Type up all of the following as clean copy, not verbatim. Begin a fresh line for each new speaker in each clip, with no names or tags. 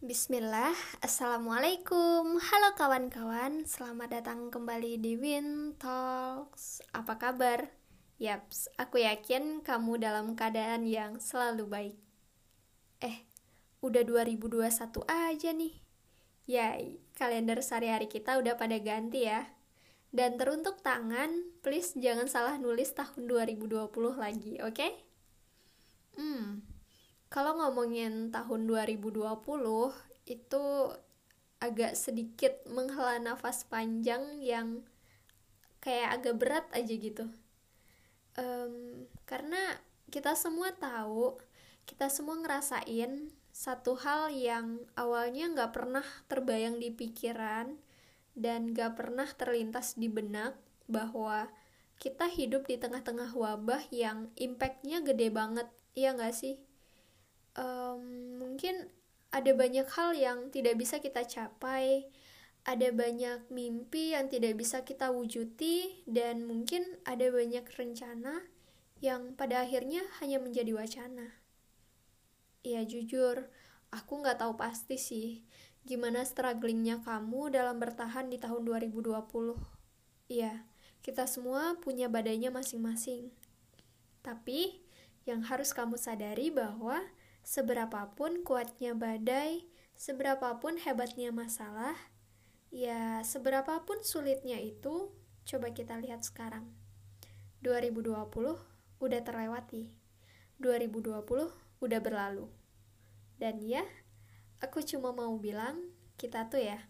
Bismillah, Assalamualaikum. Halo kawan-kawan, selamat datang kembali di Win Talks. Apa kabar? Yaps, aku yakin kamu dalam keadaan yang selalu baik. Udah 2021 aja nih. Yay, kalender sehari-hari kita udah pada ganti ya. Dan teruntuk tangan, please jangan salah nulis tahun 2020 lagi, oke? Kalau ngomongin tahun 2020, itu agak sedikit menghela nafas panjang yang kayak agak berat aja gitu. Karena kita semua tahu, kita semua ngerasain satu hal yang awalnya gak pernah terbayang di pikiran dan gak pernah terlintas di benak, bahwa kita hidup di tengah-tengah wabah yang impactnya gede banget, iya gak sih? Mungkin ada banyak hal yang tidak bisa kita capai, ada banyak mimpi yang tidak bisa kita wujudi, dan mungkin ada banyak rencana yang pada akhirnya hanya menjadi wacana. Ya jujur, aku gak tahu pasti sih gimana strugglingnya kamu dalam bertahan di tahun 2020. Iya, kita semua punya badainya masing-masing. Tapi yang harus kamu sadari bahwa seberapapun kuatnya badai, seberapapun hebatnya masalah, ya seberapapun sulitnya itu, coba kita lihat sekarang. 2020 udah terlewati. 2020 udah berlalu. Dan ya, aku cuma mau bilang, kita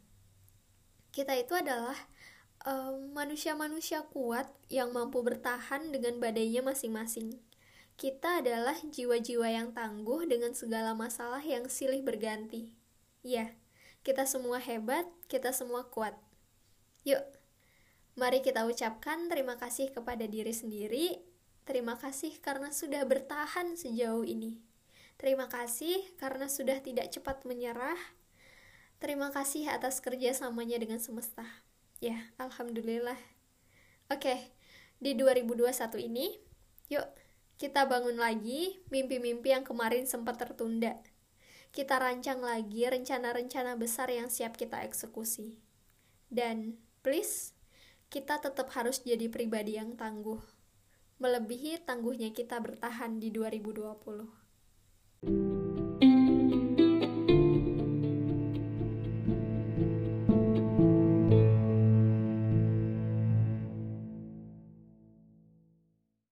itu adalah manusia-manusia kuat yang mampu bertahan dengan badainya masing-masing. Kita adalah jiwa-jiwa yang tangguh dengan segala masalah yang silih berganti. Ya, kita semua hebat, kita semua kuat. Yuk, mari kita ucapkan terima kasih kepada diri sendiri. Terima kasih karena sudah bertahan sejauh ini. Terima kasih karena sudah tidak cepat menyerah. Terima kasih atas kerjasamanya dengan semesta. Ya, alhamdulillah. Oke, di 2021 ini, yuk kita bangun lagi mimpi-mimpi yang kemarin sempat tertunda. Kita rancang lagi rencana-rencana besar yang siap kita eksekusi. Dan please, kita tetap harus jadi pribadi yang tangguh, melebihi tangguhnya kita bertahan di 2020.